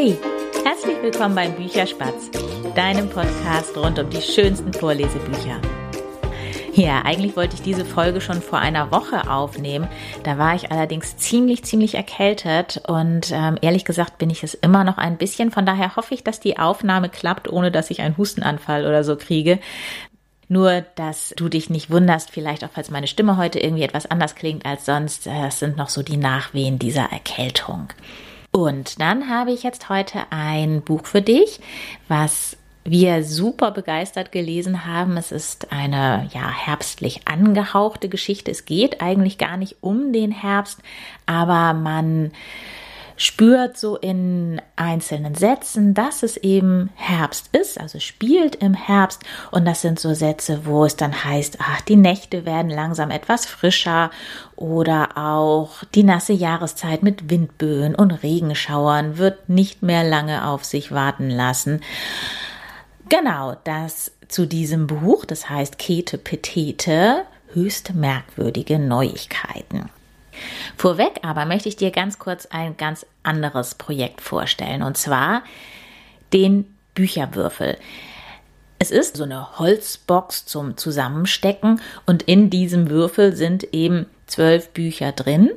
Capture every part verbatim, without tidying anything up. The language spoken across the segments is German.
Hey, herzlich willkommen beim Bücherspatz, deinem Podcast rund um die schönsten Vorlesebücher. Ja, eigentlich wollte ich diese Folge schon vor einer Woche aufnehmen. Da war ich allerdings ziemlich, ziemlich erkältet und ähm, ehrlich gesagt bin ich es immer noch ein bisschen. Von daher hoffe ich, dass die Aufnahme klappt, ohne dass ich einen Hustenanfall oder so kriege. Nur, dass du dich nicht wunderst, vielleicht auch, falls meine Stimme heute irgendwie etwas anders klingt als sonst. Es sind noch so die Nachwehen dieser Erkältung. Und dann habe ich jetzt heute ein Buch für dich, was wir super begeistert gelesen haben. Es ist eine ja herbstlich angehauchte Geschichte. Es geht eigentlich gar nicht um den Herbst, aber man spürt so in einzelnen Sätzen, dass es eben Herbst ist, also spielt im Herbst. Und das sind so Sätze, wo es dann heißt, ach, die Nächte werden langsam etwas frischer oder auch die nasse Jahreszeit mit Windböen und Regenschauern wird nicht mehr lange auf sich warten lassen. Genau, das zu diesem Buch, das heißt Käthe Petete, höchst merkwürdige Neuigkeiten. Vorweg aber möchte ich dir ganz kurz ein ganz anderes Projekt vorstellen, und zwar den Bücherwürfel. Es ist so eine Holzbox zum Zusammenstecken und in diesem Würfel sind eben zwölf Bücher drin.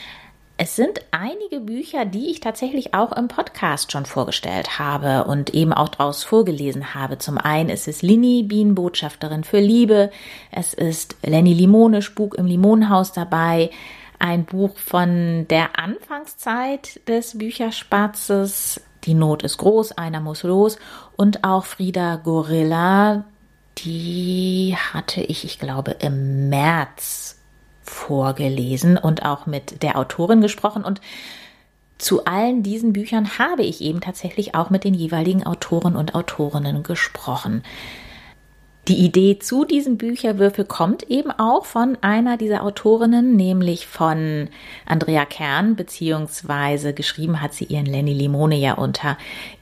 Es sind einige Bücher, die ich tatsächlich auch im Podcast schon vorgestellt habe und eben auch draus vorgelesen habe. Zum einen ist es Linni, Bienenbotschafterin für Liebe. Es ist Lenny Limone, Spuk im Limonenhaus dabei. Ein Buch von der Anfangszeit des Bücherspatzes. Die Not ist groß, einer muss los. Und auch Frieda Gorilla, die hatte ich, ich glaube, im März vorgelesen und auch mit der Autorin gesprochen. Und zu allen diesen Büchern habe ich eben tatsächlich auch mit den jeweiligen Autoren und Autorinnen gesprochen. Die Idee zu diesem Bücherwürfel kommt eben auch von einer dieser Autorinnen, nämlich von Andrea Kern, beziehungsweise geschrieben hat sie ihren Lenny Limone ja unter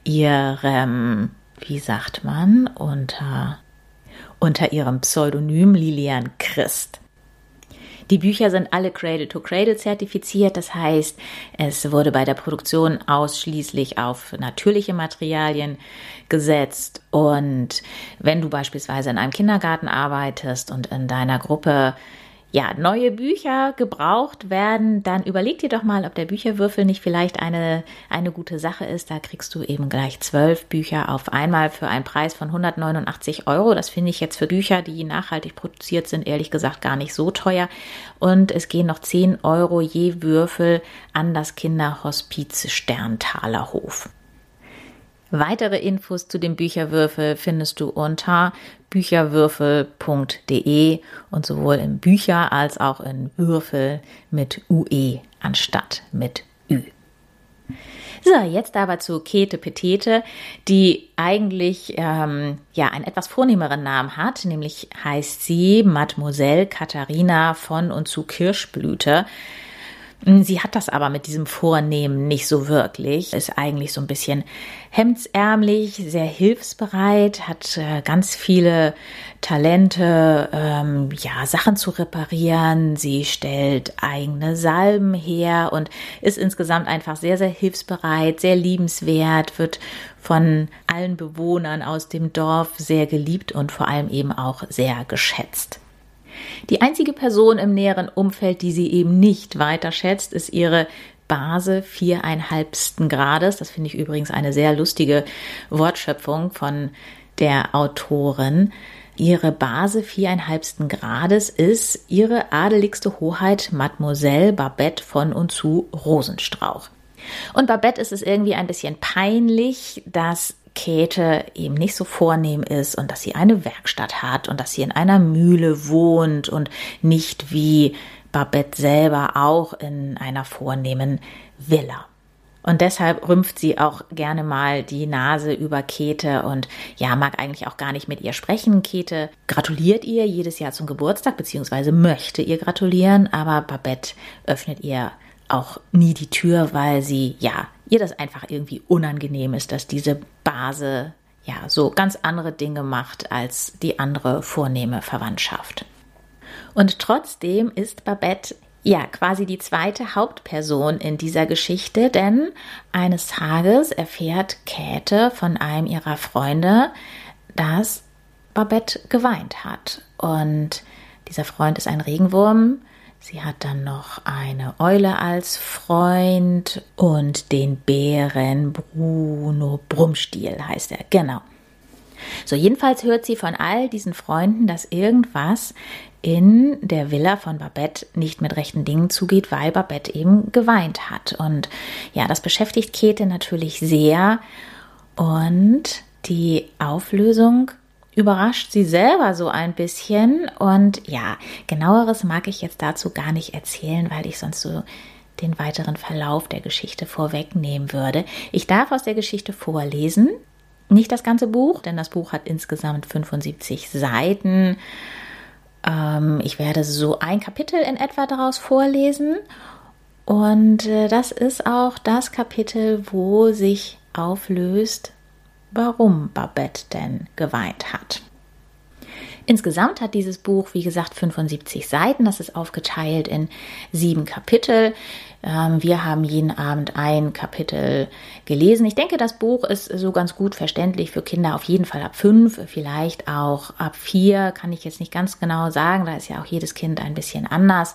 ihrem, wie sagt man, unter, unter ihrem Pseudonym Lilian Christ. Die Bücher sind alle Cradle-to-Cradle zertifiziert, das heißt, es wurde bei der Produktion ausschließlich auf natürliche Materialien gesetzt. Und wenn du beispielsweise in einem Kindergarten arbeitest und in deiner Gruppe ja neue Bücher gebraucht werden, dann überleg dir doch mal, ob der Bücherwürfel nicht vielleicht eine, eine gute Sache ist. Da kriegst du eben gleich zwölf Bücher auf einmal für einen Preis von hundertneunundachtzig Euro. Das finde ich jetzt für Bücher, die nachhaltig produziert sind, ehrlich gesagt gar nicht so teuer. Und es gehen noch zehn Euro je Würfel an das Kinderhospiz Sterntalerhof. Weitere Infos zu dem Bücherwürfel findest du unter bücherwürfel punkt de und sowohl in Bücher als auch in Würfel mit U E anstatt mit Ü. So, jetzt aber zu Käthe Petete, die eigentlich ähm, ja einen etwas vornehmeren Namen hat, nämlich heißt sie Mademoiselle Katharina von und zu Kirschblüte. Sie hat das aber mit diesem Vornehmen nicht so wirklich, ist eigentlich so ein bisschen hemdsärmlich, sehr hilfsbereit, hat äh, ganz viele Talente, ähm, ja, Sachen zu reparieren. Sie stellt eigene Salben her und ist insgesamt einfach sehr, sehr hilfsbereit, sehr liebenswert, wird von allen Bewohnern aus dem Dorf sehr geliebt und vor allem eben auch sehr geschätzt. Die einzige Person im näheren Umfeld, die sie eben nicht weiter schätzt, ist ihre Base viereinhalbsten Grades. Das finde ich übrigens eine sehr lustige Wortschöpfung von der Autorin. Ihre Base viereinhalbsten Grades ist ihre adeligste Hoheit Mademoiselle Babette von und zu Rosenstrauch. Und Babette ist es irgendwie ein bisschen peinlich, dass Käthe eben nicht so vornehm ist und dass sie eine Werkstatt hat und dass sie in einer Mühle wohnt und nicht wie Babette selber auch in einer vornehmen Villa. Und deshalb rümpft sie auch gerne mal die Nase über Käthe und ja, mag eigentlich auch gar nicht mit ihr sprechen. Käthe gratuliert ihr jedes Jahr zum Geburtstag, beziehungsweise möchte ihr gratulieren, aber Babette öffnet ihr auch nie die Tür, weil sie, ja, ihr das einfach irgendwie unangenehm ist, dass diese Base ja so ganz andere Dinge macht als die andere vornehme Verwandtschaft. Und trotzdem ist Babette ja quasi die zweite Hauptperson in dieser Geschichte, denn eines Tages erfährt Käthe von einem ihrer Freunde, dass Babette geweint hat. Und dieser Freund ist ein Regenwurm. Sie hat dann noch eine Eule als Freund und den Bären Bruno Brummstiel heißt er, genau. So, jedenfalls hört sie von all diesen Freunden, dass irgendwas in der Villa von Babette nicht mit rechten Dingen zugeht, weil Babette eben geweint hat. Und ja, das beschäftigt Käthe natürlich sehr. Und die Auflösung überrascht sie selber so ein bisschen. Und ja, genaueres mag ich jetzt dazu gar nicht erzählen, weil ich sonst so den weiteren Verlauf der Geschichte vorwegnehmen würde. Ich darf aus der Geschichte vorlesen. Nicht das ganze Buch, denn das Buch hat insgesamt fünfundsiebzig Seiten. Ähm, ich werde so ein Kapitel in etwa daraus vorlesen. Und äh, das ist auch das Kapitel, wo sich auflöst, warum Babette denn geweint hat. Insgesamt hat dieses Buch, wie gesagt, fünfundsiebzig Seiten. Das ist aufgeteilt in sieben Kapitel. Wir haben jeden Abend ein Kapitel gelesen. Ich denke, das Buch ist so ganz gut verständlich für Kinder, auf jeden Fall ab fünf, vielleicht auch ab vier, kann ich jetzt nicht ganz genau sagen. Da ist ja auch jedes Kind ein bisschen anders.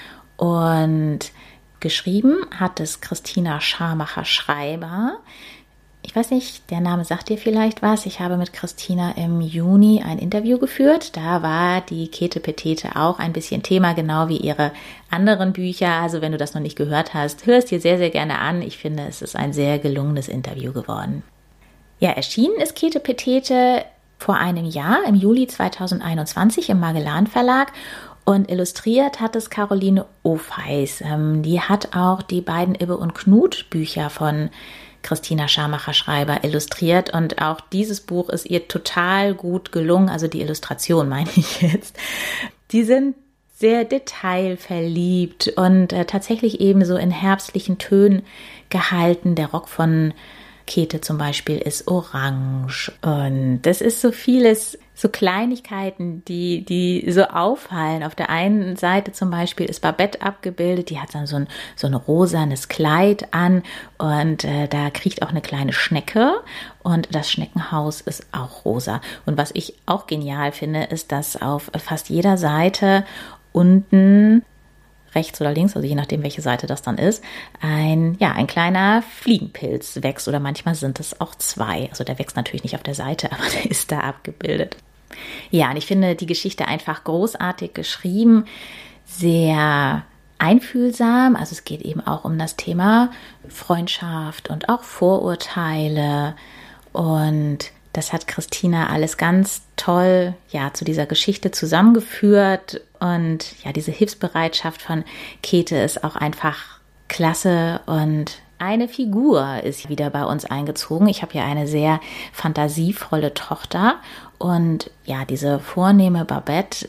Und geschrieben hat es Christina Scharmacher-Schreiber. Ich weiß nicht, der Name sagt dir vielleicht was. Ich habe mit Christina im Juni ein Interview geführt. Da war die Käthe Petete auch ein bisschen Thema, genau wie ihre anderen Bücher. Also wenn du das noch nicht gehört hast, hör es dir sehr, sehr gerne an. Ich finde, es ist ein sehr gelungenes Interview geworden. Ja, erschienen ist Käthe Petete vor einem Jahr, im Juli zweitausendeinundzwanzig im Magellan Verlag. Und illustriert hat es Caroline Ofeis. Die hat auch die beiden Ibbe und Knut Bücher von Christina Scharmacher-Schreiber illustriert und auch dieses Buch ist ihr total gut gelungen, also die Illustration meine ich jetzt. Die sind sehr detailverliebt und äh, tatsächlich eben so in herbstlichen Tönen gehalten. Der Rock von Käthe zum Beispiel ist orange und das ist so vieles, so Kleinigkeiten, die, die so auffallen. Auf der einen Seite zum Beispiel ist Babette abgebildet, die hat dann so ein, so ein rosanes Kleid an und äh, da kriecht auch eine kleine Schnecke und das Schneckenhaus ist auch rosa. Und was ich auch genial finde, ist, dass auf fast jeder Seite unten rechts oder links, also je nachdem, welche Seite das dann ist, ein, ja, ein kleiner Fliegenpilz wächst oder manchmal sind es auch zwei. Also der wächst natürlich nicht auf der Seite, aber der ist da abgebildet. Ja, und ich finde die Geschichte einfach großartig geschrieben, sehr einfühlsam. Also es geht eben auch um das Thema Freundschaft und auch Vorurteile und das hat Christina alles ganz toll, ja, zu dieser Geschichte zusammengeführt und ja, diese Hilfsbereitschaft von Käthe ist auch einfach klasse und eine Figur ist wieder bei uns eingezogen. Ich habe ja eine sehr fantasievolle Tochter und ja, diese vornehme Babette,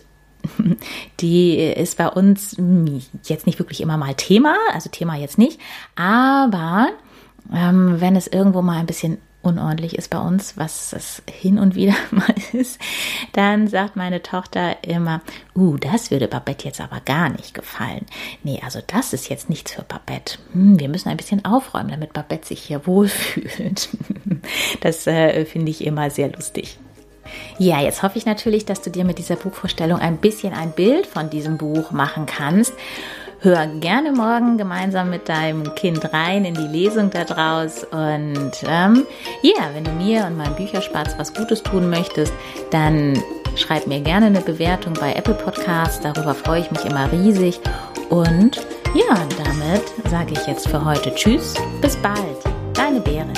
die ist bei uns jetzt nicht wirklich immer mal Thema, also Thema jetzt nicht, aber ähm, wenn es irgendwo mal ein bisschen unordentlich ist bei uns, was es hin und wieder mal ist, dann sagt meine Tochter immer, uh, das würde Babette jetzt aber gar nicht gefallen. Nee, also das ist jetzt nichts für Babette. Hm, wir müssen ein bisschen aufräumen, damit Babette sich hier wohlfühlt. Das äh, finde ich immer sehr lustig. Ja, jetzt hoffe ich natürlich, dass du dir mit dieser Buchvorstellung ein bisschen ein Bild von diesem Buch machen kannst. Hör gerne morgen gemeinsam mit deinem Kind rein in die Lesung da draus. Und ähm, ja, wenn du mir und meinem Bücherspatz was Gutes tun möchtest, dann schreib mir gerne eine Bewertung bei Apple Podcasts. Darüber freue ich mich immer riesig. Und ja, damit sage ich jetzt für heute Tschüss, bis bald. Deine Berin.